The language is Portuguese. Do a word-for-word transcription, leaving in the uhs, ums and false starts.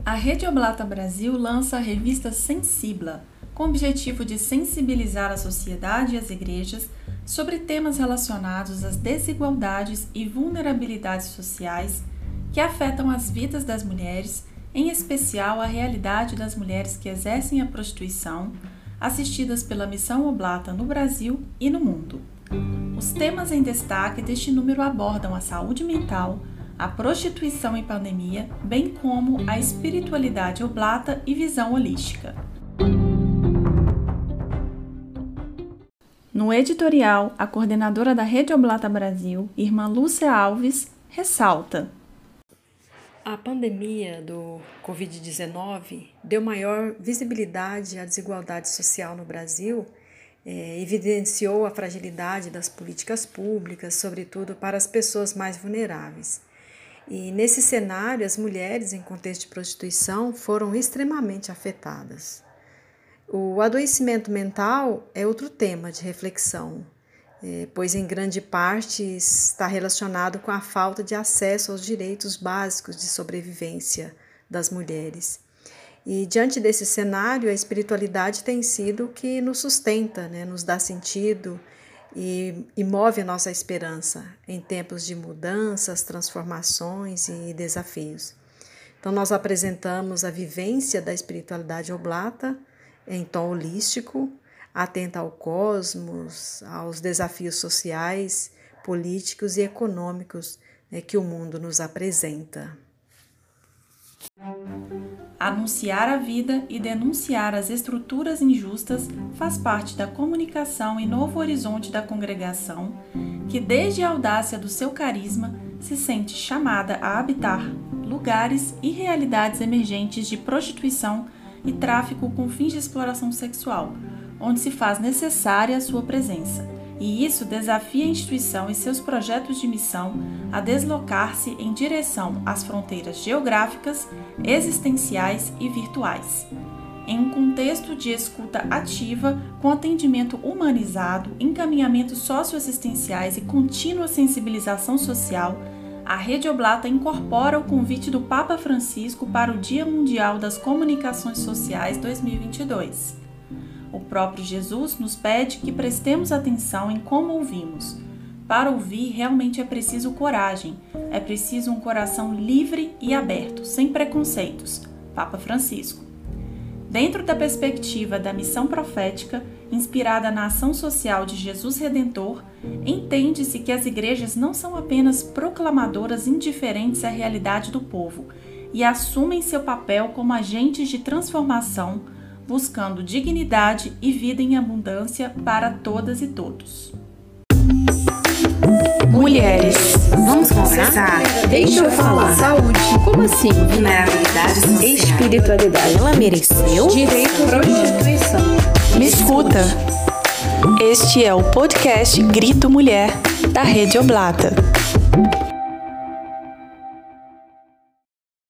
A Rede Oblata Brasil lança a revista Sensibla, com o objetivo de sensibilizar a sociedade e as igrejas sobre temas relacionados às desigualdades e vulnerabilidades sociais que afetam as vidas das mulheres, em especial a realidade das mulheres que exercem a prostituição, assistidas pela Missão Oblata no Brasil e no mundo. Os temas em destaque deste número abordam a saúde mental, a prostituição em pandemia, bem como a espiritualidade oblata e visão holística. No editorial, a coordenadora da Rede Oblata Brasil, irmã Lúcia Alves, ressalta: a pandemia do covid dezenove deu maior visibilidade à desigualdade social no Brasil, é, evidenciou a fragilidade das políticas públicas, sobretudo para as pessoas mais vulneráveis. E nesse cenário, as mulheres em contexto de prostituição foram extremamente afetadas. O adoecimento mental é outro tema de reflexão, é, pois em grande parte está relacionado com a falta de acesso aos direitos básicos de sobrevivência das mulheres. E diante desse cenário, a espiritualidade tem sido o que nos sustenta, né, nos dá sentido e, e move a nossa esperança em tempos de mudanças, transformações e desafios. Então nós apresentamos a vivência da espiritualidade oblata em tom holístico, atenta ao cosmos, aos desafios sociais, políticos e econômicos, né, que o mundo nos apresenta. Anunciar a vida e denunciar as estruturas injustas faz parte da comunicação e novo horizonte da congregação, que desde a audácia do seu carisma se sente chamada a habitar lugares e realidades emergentes de prostituição e tráfico com fins de exploração sexual, onde se faz necessária a sua presença. E isso desafia a instituição e seus projetos de missão a deslocar-se em direção às fronteiras geográficas, existenciais e virtuais. Em um contexto de escuta ativa, com atendimento humanizado, encaminhamentos socioassistenciais e contínua sensibilização social, a Rede Oblata incorpora o convite do Papa Francisco para o Dia Mundial das Comunicações Sociais dois mil e vinte e dois. O próprio Jesus nos pede que prestemos atenção em como ouvimos. Para ouvir, realmente é preciso coragem, é preciso um coração livre e aberto, sem preconceitos. Papa Francisco. Dentro da perspectiva da missão profética, inspirada na ação social de Jesus Redentor, entende-se que as igrejas não são apenas proclamadoras indiferentes à realidade do povo e assumem seu papel como agentes de transformação, buscando dignidade e vida em abundância para todas e todos. Mulheres, vamos conversar? Deixa eu falar. Saúde. Como assim? Vulnerabilidade social. Espiritualidade. Ela mereceu? Direito à prostituição. Me escuta. Este é o podcast Grito Mulher, da Rede Oblata.